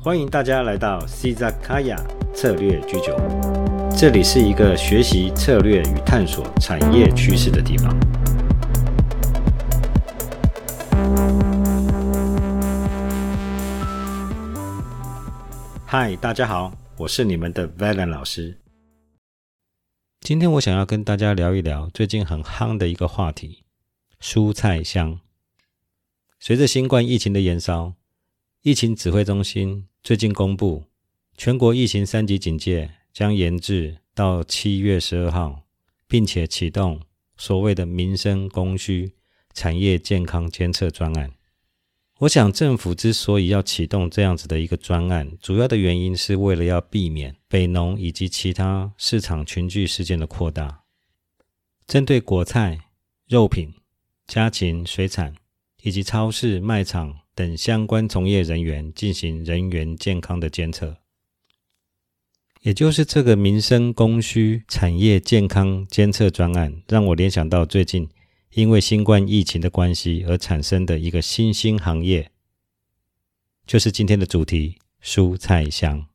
欢迎大家来到 Sizakaya 策略居酒屋，这里是一个学习策略与探索产业趋势的地方。嗨，大家好，我是你们的 Valen 老师。今天我想要跟大家聊一聊最近很夯的一个话题，蔬菜香。随着新冠疫情的延烧，疫情指挥中心最近公布，全国疫情3级警戒将延至到7月12号，并且启动所谓的民生供需产业健康监测专案。我想政府之所以要启动这样子的一个专案，主要的原因是为了要避免北农以及其他市场群聚事件的扩大，针对果菜、肉品、家禽、水产以及超市、卖场等相关从业人员进行人员健康的监测。也就是这个民生供需产业健康监测专案，让我联想到最近因为新冠疫情的关系而产生的一个新兴行业，就是今天的主题，蔬菜香。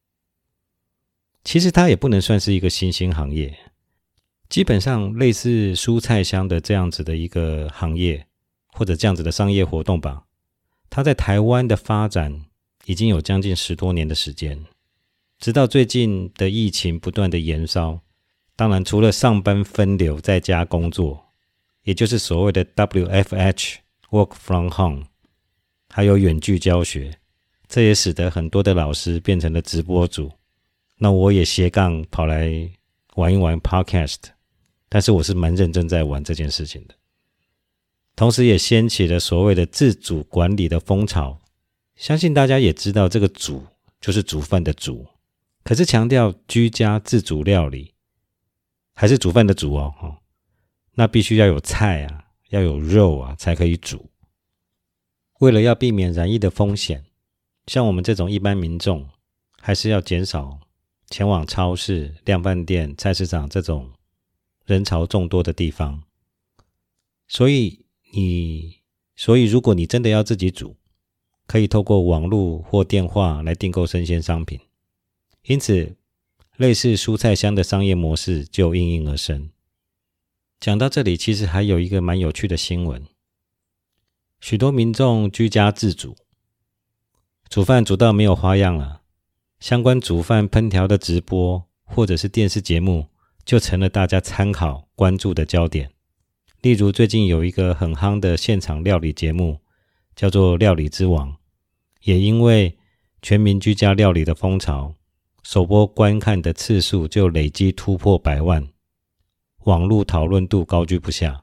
其实它也不能算是一个新兴行业，基本上类似蔬菜香的这样子的一个行业，或者这样子的商业活动吧，它在台湾的发展已经有将近10多年的时间，直到最近的疫情不断的延烧，当然除了上班分流在家工作，也就是所谓的 WFH Work from Home， 还有远距教学，这也使得很多的老师变成了直播主。那我也斜杠跑来玩一玩 Podcast， 但是我是蛮认真在玩这件事情的。同时也掀起了所谓的自主管理的风潮，相信大家也知道这个煮就是煮饭的煮，可是强调居家自主料理，还是煮饭的煮哦，那必须要有菜啊，要有肉啊才可以煮。为了要避免染疫的风险，像我们这种一般民众还是要减少前往超市、量贩店、菜市场这种人潮众多的地方。所以如果你真的要自己煮，可以透过网络或电话来订购生鲜商品。因此类似蔬菜香的商业模式就应运而生。讲到这里，其实还有一个蛮有趣的新闻，许多民众居家自煮，煮饭煮到没有花样了，相关煮饭烹调的直播或者是电视节目就成了大家参考关注的焦点。例如最近有一个很夯的现场料理节目叫做料理之王，也因为全民居家料理的风潮，首播观看的次数就累积突破100万，网络讨论度高居不下。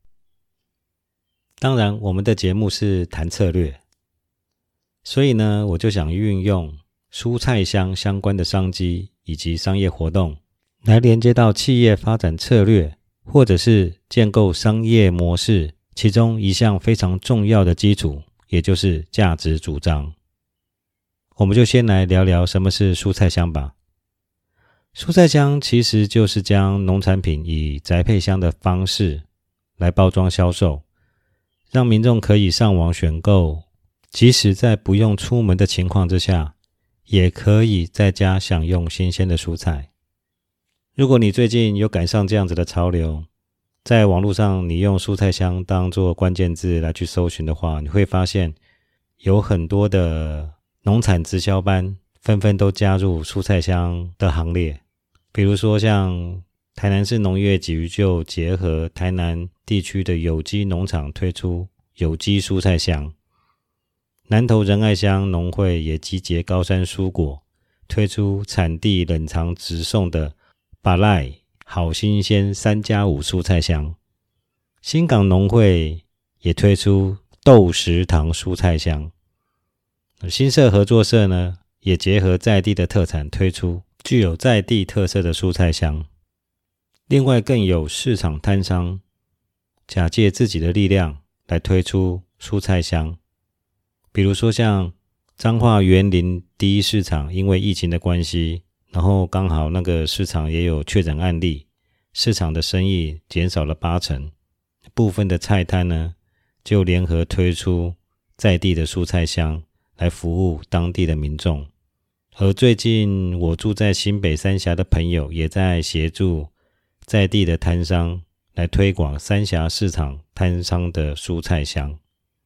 当然我们的节目是谈策略，所以呢，我就想运用蔬菜香相关的商机以及商业活动来连接到企业发展策略，或者是建构商业模式，其中一项非常重要的基础，也就是价值主张。我们就先来聊聊什么是蔬菜香吧。蔬菜香其实就是将农产品以宅配箱的方式来包装销售，让民众可以上网选购，即使在不用出门的情况之下，也可以在家享用新鲜的蔬菜。如果你最近有赶上这样子的潮流，在网络上你用蔬菜香当作关键字来去搜寻的话，你会发现有很多的农产直销班纷纷都加入蔬菜香的行列。比如说像台南市农业局就结合台南地区的有机农场推出有机蔬菜香，南投仁爱乡农会也集结高山蔬果，推出产地冷藏直送的巴赖好新鲜3+5蔬菜香，新港农会也推出豆食堂蔬菜香，新社合作社呢也结合在地的特产推出具有在地特色的蔬菜香。另外更有市场摊商假借自己的力量来推出蔬菜香，比如说像彰化园林第一市场，因为疫情的关系，然后刚好那个市场也有确诊案例，市场的生意减少了80%，部分的菜摊呢就联合推出在地的蔬菜香来服务当地的民众。而最近我住在新北三峡的朋友也在协助在地的摊商来推广三峡市场摊商的蔬菜香。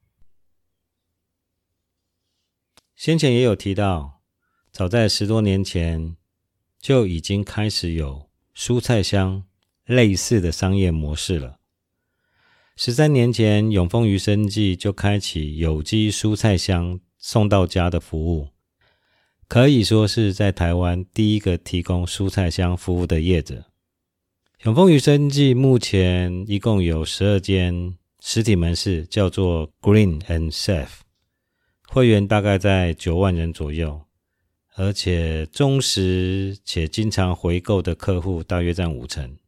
先前也有提到，早在10多年前就已经开始有蔬菜香类似的商业模式了。13年前，永丰余生记就开启有机蔬菜香送到家的服务，可以说是在台湾第一个提供蔬菜香服务的业者。永丰余生记目前一共有12间实体门市，叫做 Green and Safe， 会员大概在9万人左右，而且忠实且经常回购的客户大约占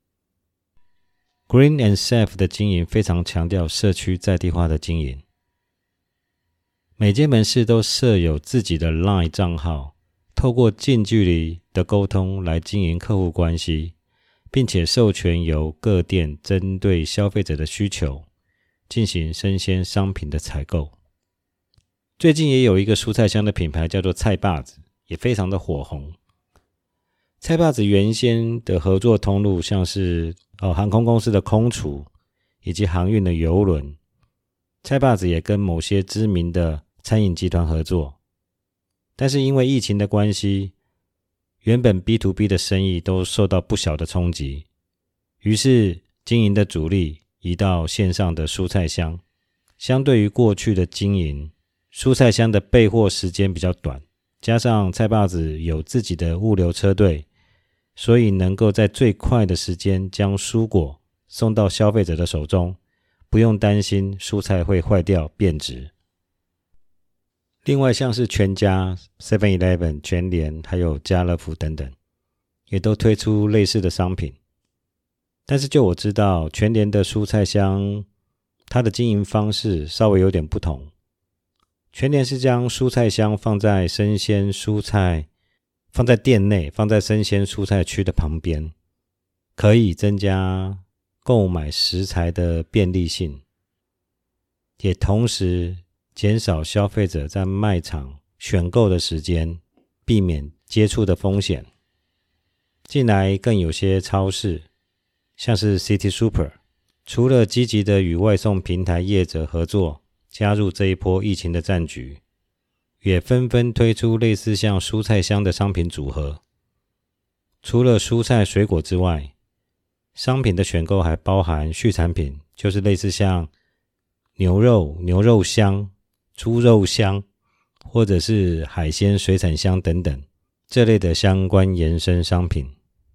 50%。Green and Safe 的经营非常强调社区在地化的经营，每间门市都设有自己的 LINE 账号，透过近距离的沟通来经营客户关系，并且授权由各店针对消费者的需求进行生鲜商品的采购。最近也有一个蔬菜香的品牌叫做菜爸子，也非常的火红。菜爸子原先的合作通路像是航空公司的空厨以及航运的邮轮，菜爸子也跟某些知名的餐饮集团合作，但是因为疫情的关系，原本 B2B 的生意都受到不小的冲击，于是经营的主力移到线上的蔬菜香。相对于过去的经营，蔬菜香的备货时间比较短，加上菜爸子有自己的物流车队，所以能够在最快的时间将蔬果送到消费者的手中，不用担心蔬菜会坏掉变质。另外像是全家、7-Eleven、全联还有家乐福等等，也都推出类似的商品。但是就我知道，全联的蔬菜香它的经营方式稍微有点不同。全联是将蔬菜香放在生鲜蔬菜，放在店内，放在生鲜蔬菜区的旁边，可以增加购买食材的便利性，也同时减少消费者在卖场选购的时间，避免接触的风险。近来更有些超市，像是 City Super， 除了积极的与外送平台业者合作，加入这一波疫情的战局，也纷纷推出类似像蔬菜香的商品组合。除了蔬菜水果之外，商品的选购还包含续产品，就是类似像牛肉香、猪肉香，或者是海鲜水产香等等这类的相关延伸商品。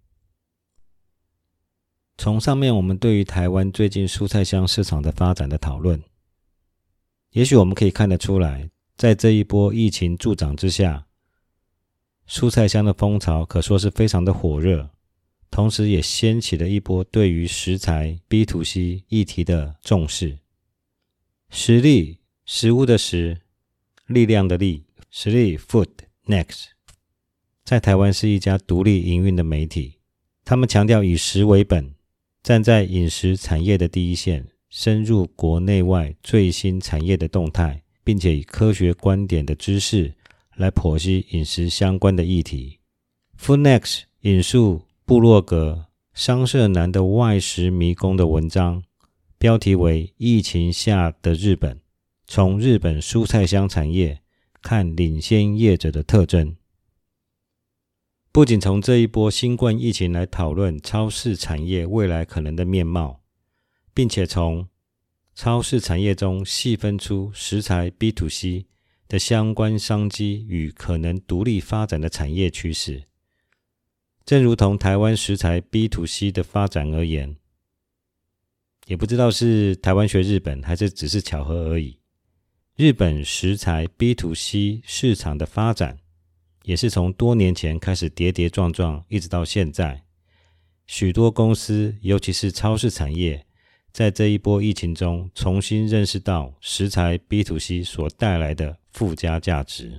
从上面我们对于台湾最近蔬菜香市场的发展的讨论，也许我们可以看得出来，在这一波疫情助长之下，蔬菜香的风潮可说是非常的火热，同时也掀起了一波对于食材 B2C 议题的重视。食力，食物的食，力量的力，食力 Food Next 在台湾是一家独立营运的媒体，他们强调以食为本，站在饮食产业的第一线，深入国内外最新产业的动态，并且以科学观点的知识来剖析饮食相关的议题。 Foodnext 引述部落格商社男的外食迷宫的文章，标题为疫情下的日本，从日本蔬菜香产业看领先业者的特征。不仅从这一波新冠疫情来讨论超市产业未来可能的面貌，并且从超市产业中细分出食材 B2C 的相关商机与可能独立发展的产业趋势。正如同台湾食材 B2C 的发展而言，也不知道是台湾学日本还是只是巧合而已，日本食材 B2C 市场的发展也是从多年前开始跌跌撞撞，一直到现在。许多公司，尤其是超市产业，在这一波疫情中重新认识到食材 B2C 所带来的附加价值。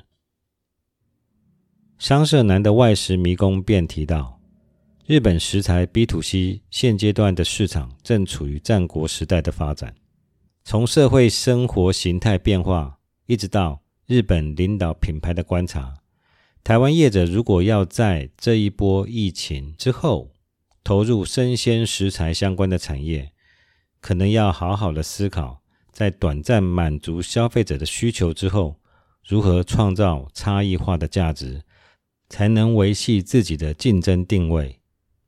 商社男的外食迷宫便提到，日本食材 B2C 现阶段的市场正处于战国时代的发展，从社会生活形态变化一直到日本领导品牌的观察，台湾业者如果要在这一波疫情之后投入生鲜食材相关的产业，可能要好好的思考，在短暂满足消费者的需求之后，如何创造差异化的价值，才能维系自己的竞争定位。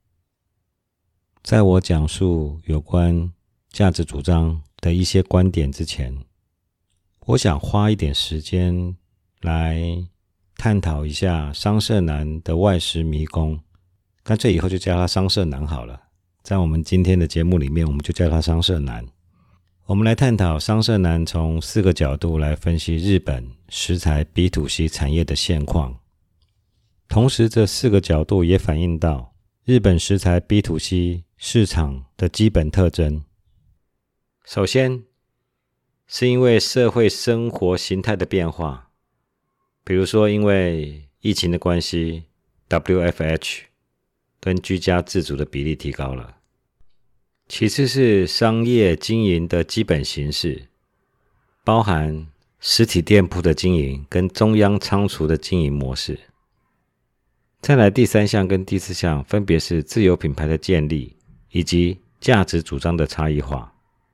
在我讲述有关价值主张的一些观点之前，我想花一点时间来探讨一下商社男的外食迷宫，干脆以后就叫他商社男好了。在我们今天的节目里面，我们就叫他商社男。我们来探讨商社男从4个角度来分析日本食材 B2C 产业的现况，同时这4个角度也反映到日本食材 B2C 市场的基本特征。首先是因为社会生活形态的变化，比如说因为疫情的关系， WFH 跟居家自主的比例提高了。其次是商业经营的基本形式，包含实体店铺的经营跟中央仓储的经营模式。再来第3项跟第4项分别是自有品牌的建立以及价值主张的差异化。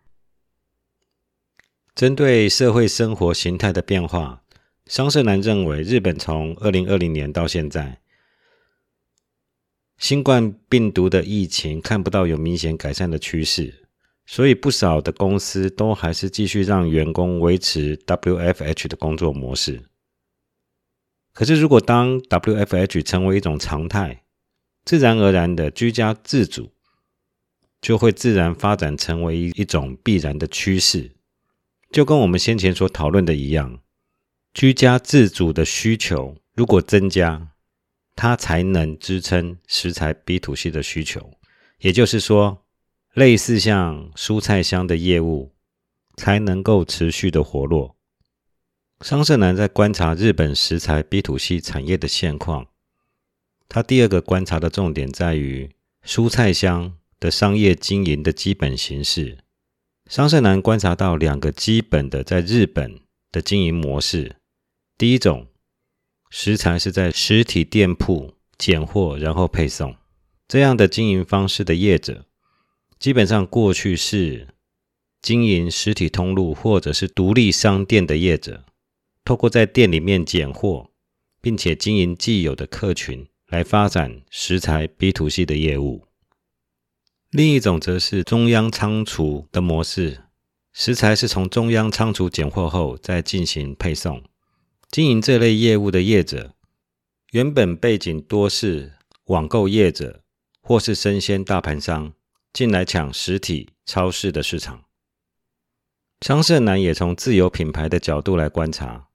针对社会生活形态的变化，商社男认为日本从2020年到现在，新冠病毒的疫情看不到有明显改善的趋势，所以不少的公司都还是继续让员工维持 WFH 的工作模式。可是如果当 WFH 成为一种常态，自然而然的居家自主就会自然发展成为一种必然的趋势。就跟我们先前所讨论的一样，居家自主的需求如果增加，它才能支撑食材 B2C 的需求。也就是说，类似像蔬菜箱的业务才能够持续的活络。商社男在观察日本食材 B2C 产业的现况，他第2个观察的重点在于蔬菜箱的商业经营的基本形式。商社男观察到2个基本的在日本的经营模式。第一种，食材是在实体店铺拣货然后配送，这样的经营方式的业者，基本上过去是经营实体通路或者是独立商店的业者，透过在店里面拣货，并且经营既有的客群来发展食材 B2C 的业务。另一种则是中央仓储的模式，食材是从中央仓储拣货后再进行配送。经营这类业务的业者，原本背景多是网购业者或是生鲜大盘商进来抢实体超市的市场。商社男也从自有品牌的角度来观察，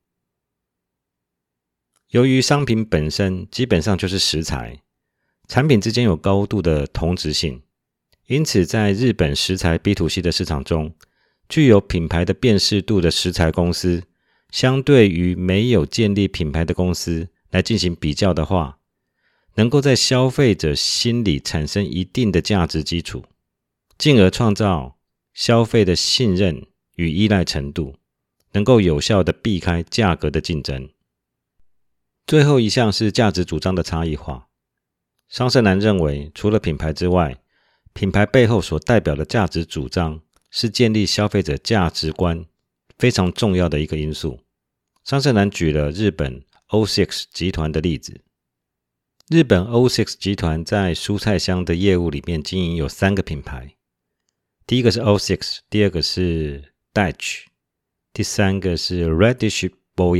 由于商品本身基本上就是食材，产品之间有高度的同质性，因此在日本食材 B2C 的市场中，具有品牌的辨识度的食材公司，相对于没有建立品牌的公司来进行比较的话，能够在消费者心里产生一定的价值基础，进而创造消费的信任与依赖程度，能够有效的避开价格的竞争。最后一项是价值主张的差异化。商社男认为，除了品牌之外，品牌背后所代表的价值主张是建立消费者价值观非常重要的一个因素。商社男举了日本 O6 集团的例子。日本 O6 集团在蔬菜箱的业务里面经营有3个品牌，第一个是 O6， 第2个是 Dutch， 第3个是 Radish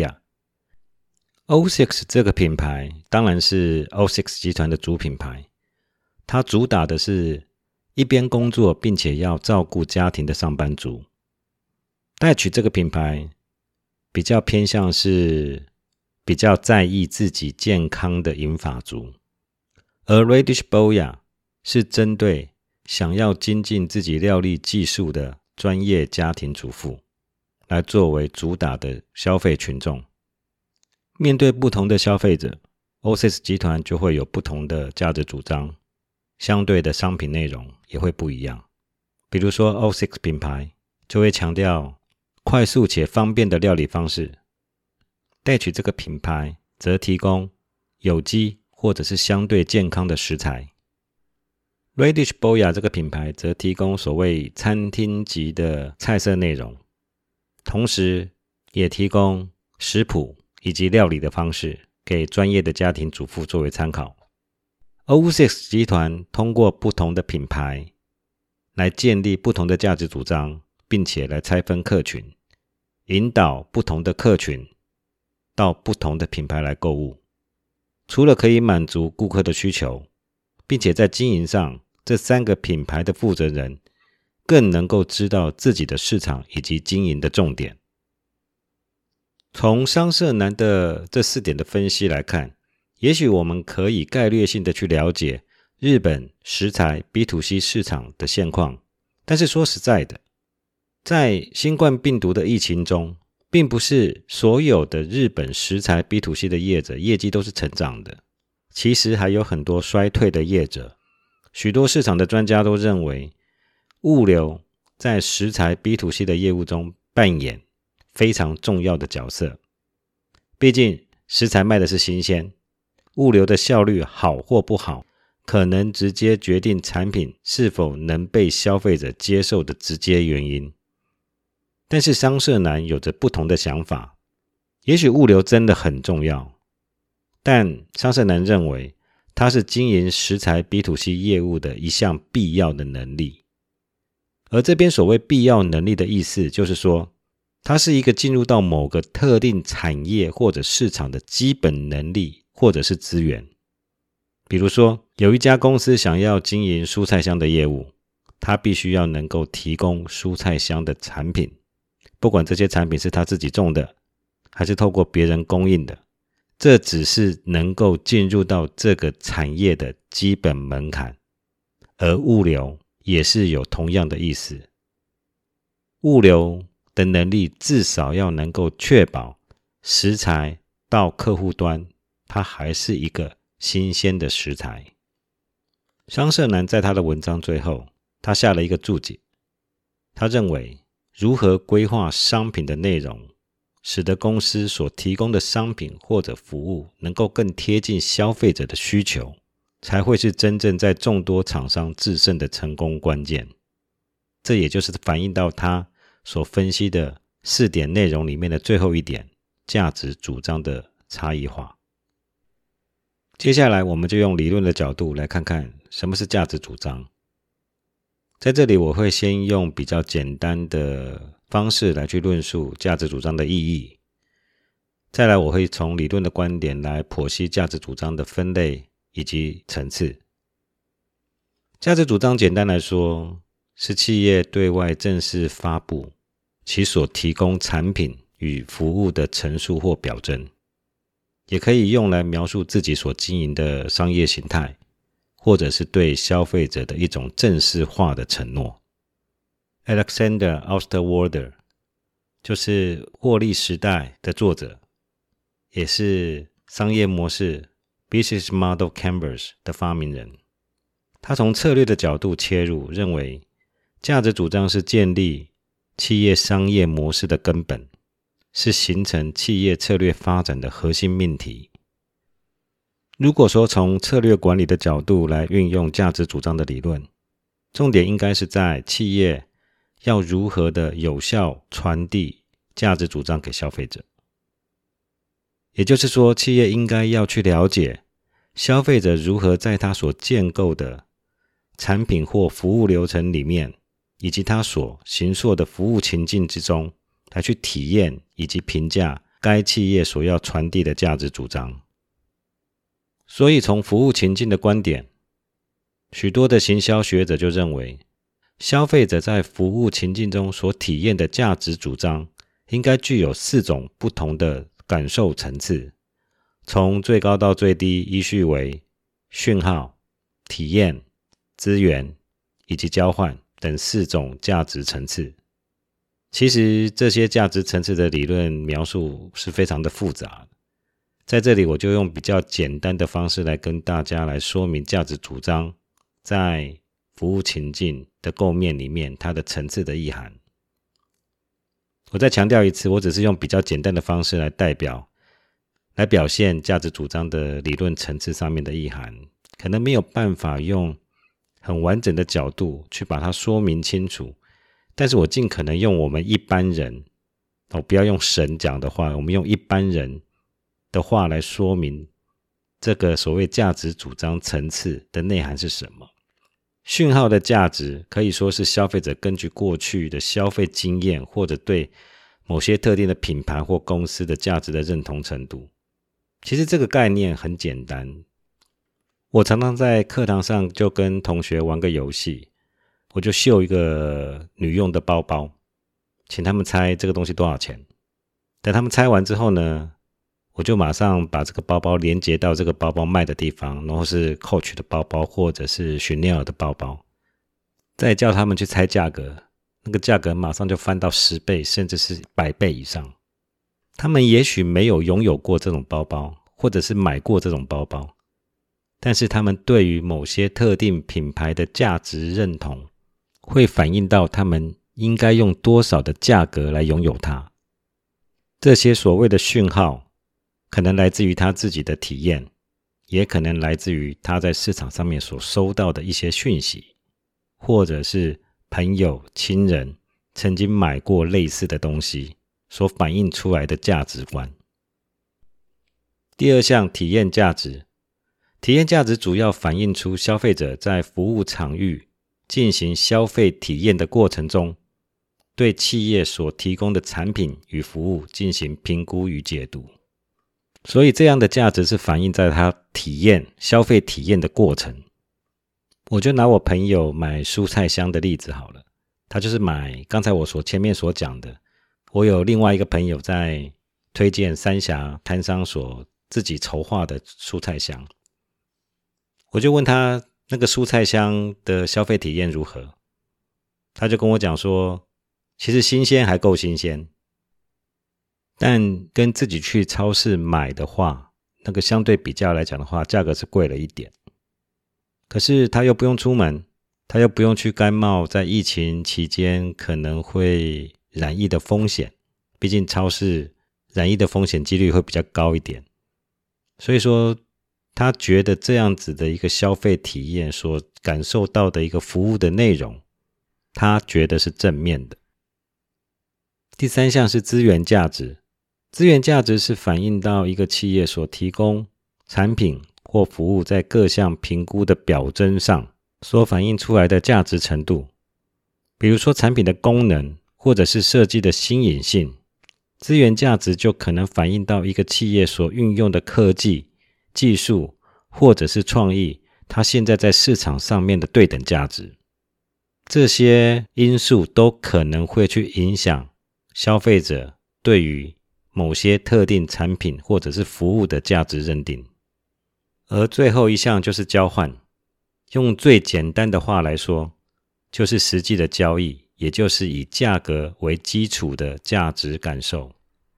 Boya。O6 这个品牌当然是 O6 集团的主品牌，它主打的是一边工作并且要照顾家庭的上班族。Dutch 这个品牌比较偏向是比较在意自己健康的银发族，而 Radish Boya 是针对想要精进自己料理技术的专业家庭主妇来作为主打的消费群众。面对不同的消费者， O6 集团就会有不同的价值主张，相对的商品内容也会不一样。比如说 O6 品牌就会强调快速且方便的料理方式， Dutch 这个品牌则提供有机或者是相对健康的食材。Radish Boya 这个品牌则提供所谓餐厅级的菜色内容，同时也提供食谱以及料理的方式给专业的家庭主妇作为参考。O6 集团通过不同的品牌来建立不同的价值主张，并且来拆分客群，引导不同的客群到不同的品牌来购物。除了可以满足顾客的需求，并且在经营上，这3个品牌的负责人更能够知道自己的市场以及经营的重点。从商社男的这4点的分析来看，也许我们可以概略性的去了解日本食材 B2C 市场的现况。但是说实在的，在新冠病毒的疫情中，并不是所有的日本食材 B2C 的业者业绩都是成长的，其实还有很多衰退的业者。许多市场的专家都认为，物流在食材 B2C 的业务中扮演非常重要的角色。毕竟食材卖的是新鲜，物流的效率好或不好，可能直接决定产品是否能被消费者接受的直接原因。但是商社男有着不同的想法，也许物流真的很重要，但商社男认为它是经营食材 B2C 业务的一项必要的能力。而这边所谓必要能力的意思，就是说它是一个进入到某个特定产业或者市场的基本能力或者是资源。比如说，有一家公司想要经营蔬菜箱的业务，它必须要能够提供蔬菜箱的产品，不管这些产品是他自己种的，还是透过别人供应的，这只是能够进入到这个产业的基本门槛。而物流也是有同样的意思，物流的能力至少要能够确保食材到客户端，它还是一个新鲜的食材。商社男在他的文章最后，他下了一个注解，他认为如何规划商品的内容，使得公司所提供的商品或者服务能够更贴近消费者的需求，才会是真正在众多厂商制胜的成功关键。这也就是反映到他所分析的4点内容里面的最后一点，价值主张的差异化。接下来我们就用理论的角度来看看什么是价值主张。在这里我会先用比较简单的方式来去论述价值主张的意义，再来我会从理论的观点来剖析价值主张的分类以及层次。价值主张简单来说，是企业对外正式发布其所提供产品与服务的陈述或表征，也可以用来描述自己所经营的商业形态，或者是对消费者的一种正式化的承诺。Alexander Osterwalder 就是获利时代的作者，也是商业模式 Business Model Canvas 的发明人。他从策略的角度切入，认为价值主张是建立企业商业模式的根本，是形成企业策略发展的核心命题。如果说从策略管理的角度来运用价值主张的理论，重点应该是在企业要如何的有效传递价值主张给消费者。也就是说，企业应该要去了解消费者如何在他所建构的产品或服务流程里面，以及他所形塑的服务情境之中，来去体验以及评价该企业所要传递的价值主张。所以从服务情境的观点，许多的行销学者就认为，消费者在服务情境中所体验的价值主张应该具有4种不同的感受层次，从最高到最低依序为讯号、体验、资源以及交换等4种价值层次。其实这些价值层次的理论描述是非常的复杂，在这里我就用比较简单的方式来跟大家来说明价值主张在服务情境的构面里面它的层次的意涵。我再强调一次，我只是用比较简单的方式来代表来表现价值主张的理论层次上面的意涵，可能没有办法用很完整的角度去把它说明清楚，但是我尽可能用我们一般人，不要用神讲的话，我们用一般人的话来说明这个所谓价值主张层次的内涵是什么。讯号的价值可以说是消费者根据过去的消费经验，或者对某些特定的品牌或公司的价值的认同程度。其实这个概念很简单，我常常在课堂上就跟同学玩个游戏，我就秀一个女用的包包，请他们猜这个东西多少钱。等他们猜完之后呢，我就马上把这个包包连接到这个包包卖的地方，然后是 Coach 的包包或者是 Chanel 的包包，再叫他们去猜价格，那个价格马上就翻到10倍甚至是100倍以上。他们也许没有拥有过这种包包，或者是买过这种包包，但是他们对于某些特定品牌的价值认同，会反映到他们应该用多少的价格来拥有它。这些所谓的讯号可能来自于他自己的体验，也可能来自于他在市场上面所收到的一些讯息，或者是朋友、亲人曾经买过类似的东西所反映出来的价值观。第二项，体验价值。体验价值主要反映出消费者在服务场域进行消费体验的过程中，对企业所提供的产品与服务进行评估与解读。所以这样的价值是反映在他消费体验的过程。我就拿我朋友买蔬菜箱的例子好了，他就是买刚才我前面所讲的，我有另外一个朋友在推荐三峡摊商所自己筹划的蔬菜箱，我就问他那个蔬菜箱的消费体验如何，他就跟我讲说，其实新鲜还够新鲜，但跟自己去超市买的话，那个相对比较来讲的话，价格是贵了一点。可是他又不用出门，他又不用去甘冒在疫情期间可能会染疫的风险，毕竟超市染疫的风险几率会比较高一点。所以说他觉得这样子的一个消费体验所感受到的一个服务的内容，他觉得是正面的。第三项是资源价值。资源价值是反映到一个企业所提供产品或服务在各项评估的表征上所反映出来的价值程度。比如说产品的功能，或者是设计的新颖性，资源价值就可能反映到一个企业所运用的科技、技术或者是创意，它现在在市场上面的对等价值。这些因素都可能会去影响消费者对于某些特定产品或者是服务的价值认定。而最后一项就是交换，用最简单的话来说，就是实际的交易，也就是以价格为基础的价值感受。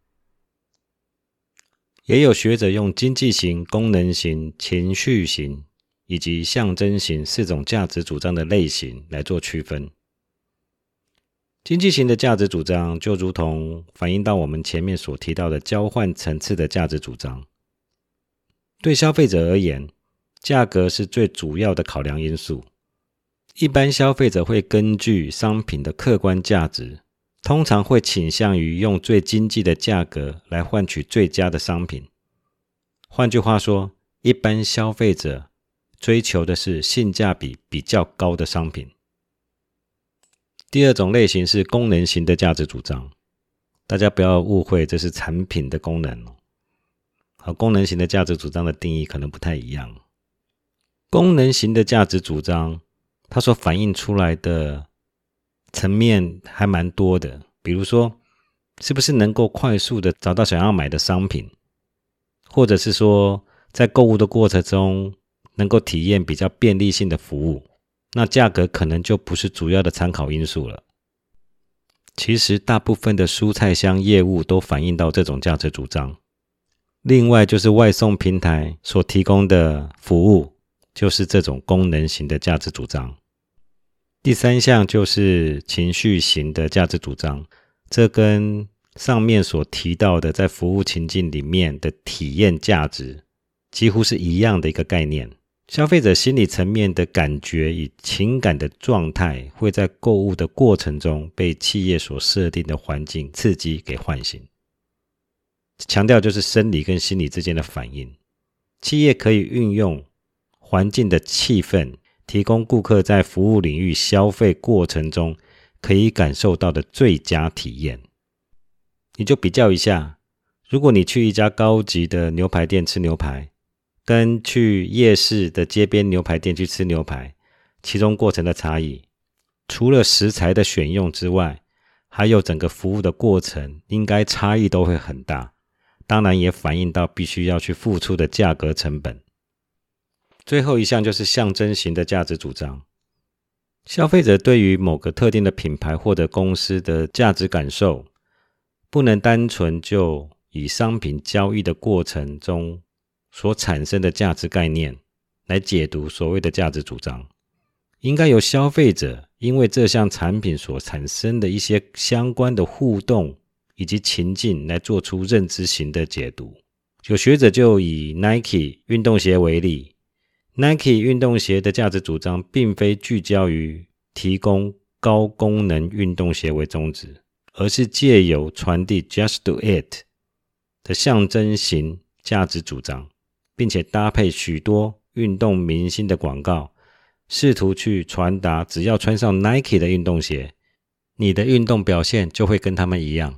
也有学者用经济型、功能型、情绪型以及象征型4种价值主张的类型来做区分。经济型的价值主张就如同反映到我们前面所提到的交换层次的价值主张。对消费者而言，价格是最主要的考量因素。一般消费者会根据商品的客观价值，通常会倾向于用最经济的价格来换取最佳的商品。换句话说，一般消费者追求的是性价比比较高的商品。第二种类型是功能型的价值主张，大家不要误会，这是产品的功能。功能型的价值主张的定义可能不太一样。功能型的价值主张，它所反映出来的层面还蛮多的，比如说，是不是能够快速的找到想要买的商品，或者是说，在购物的过程中能够体验比较便利性的服务，那价格可能就不是主要的参考因素了。其实大部分的蔬菜箱业务都反映到这种价值主张。另外就是外送平台所提供的服务，就是这种功能型的价值主张。第三项就是情绪型的价值主张，这跟上面所提到的在服务情境里面的体验价值几乎是一样的一个概念。消费者心理层面的感觉与情感的状态会在购物的过程中被企业所设定的环境刺激给唤醒。强调就是生理跟心理之间的反应。企业可以运用环境的气氛，提供顾客在服务领域消费过程中可以感受到的最佳体验。你就比较一下，如果你去一家高级的牛排店吃牛排，跟去夜市的街边牛排店去吃牛排，其中过程的差异，除了食材的选用之外，还有整个服务的过程，应该差异都会很大。当然也反映到必须要去付出的价格成本。最后一项就是象征型的价值主张。消费者对于某个特定的品牌或者公司的价值感受，不能单纯就以商品交易的过程中所产生的价值概念来解读所谓的价值主张，应该由消费者因为这项产品所产生的一些相关的互动以及情境来做出认知型的解读。有学者就以 Nike 运动鞋为例， Nike 运动鞋的价值主张并非聚焦于提供高功能运动鞋为宗旨，而是借由传递 Just Do It 的象征型价值主张，并且搭配许多运动明星的广告，试图去传达只要穿上 Nike 的运动鞋，你的运动表现就会跟他们一样。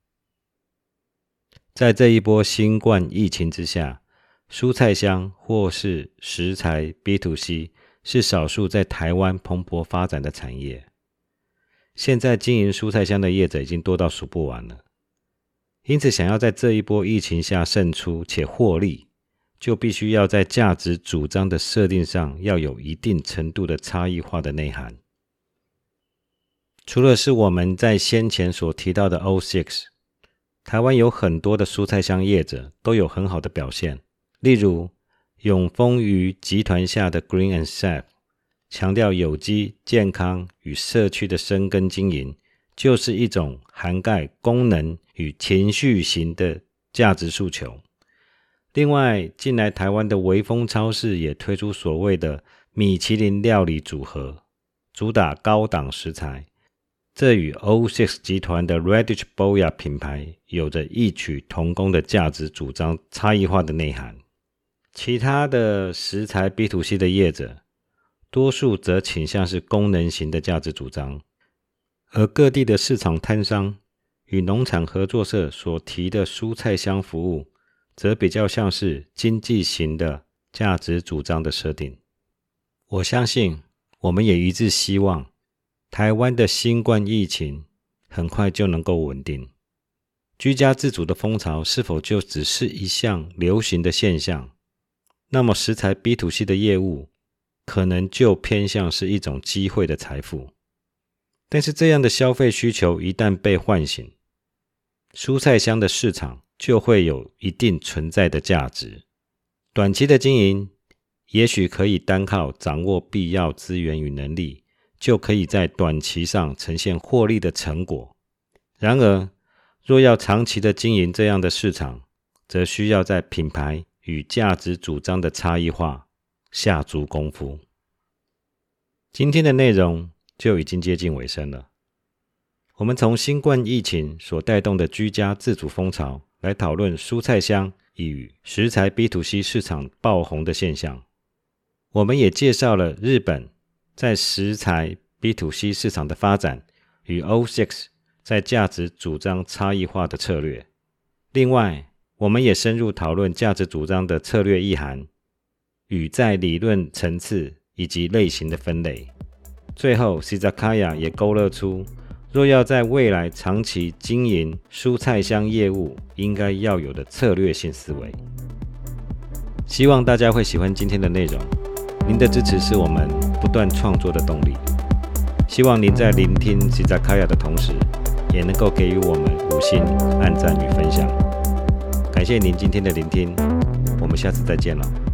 在这一波新冠疫情之下，蔬菜箱或是食材 B2C 是少数在台湾蓬勃发展的产业。现在经营蔬菜箱的业者已经多到数不完了，因此想要在这一波疫情下胜出且获利，就必须要在价值主张的设定上要有一定程度的差异化的内涵。除了是我们在先前所提到的 O6， 台湾有很多的蔬菜箱业者都有很好的表现，例如永丰余集团下的 Green and Safe， 强调有机、健康与社区的深耕经营，就是一种涵盖功能与情绪型的价值诉求。另外，近来台湾的微风超市也推出所谓的米其林料理组合，主打高档食材，这与 O6 集团的 Radish Boya 品牌有着异曲同工的价值主张差异化的内涵。其他的食材 B2C 的业者，多数则倾向是功能型的价值主张，而各地的市场摊商与农产合作社所提的蔬菜箱服务，则比较像是经济型的价值主张的设定。我相信，我们也一致希望台湾的新冠疫情很快就能够稳定，居家自主的风潮是否就只是一项流行的现象？那么食材 B2C 的业务可能就偏向是一种机会的财富。但是这样的消费需求一旦被唤醒，蔬菜箱的市场就会有一定存在的价值。短期的经营也许可以单靠掌握必要资源与能力，就可以在短期上呈现获利的成果。然而，若要长期的经营这样的市场，则需要在品牌与价值主张的差异化下足功夫。今天的内容就已经接近尾声了。我们从新冠疫情所带动的居家自主风潮来讨论蔬菜箱与食材 B2C 市场爆红的现象。我们也介绍了日本在食材 B2C 市场的发展与 O6 在价值主张差异化的策略。另外，我们也深入讨论价值主张的策略意涵与在理论层次以及类型的分类。最后 Sizakaya 也勾勒出若要在未来长期经营蔬菜箱业务应该要有的策略性思维。希望大家会喜欢今天的内容，您的支持是我们不断创作的动力。希望您在聆听 Sizakaya 的同时，也能够给予我们5星按赞与分享。感谢您今天的聆听，我们下次再见了。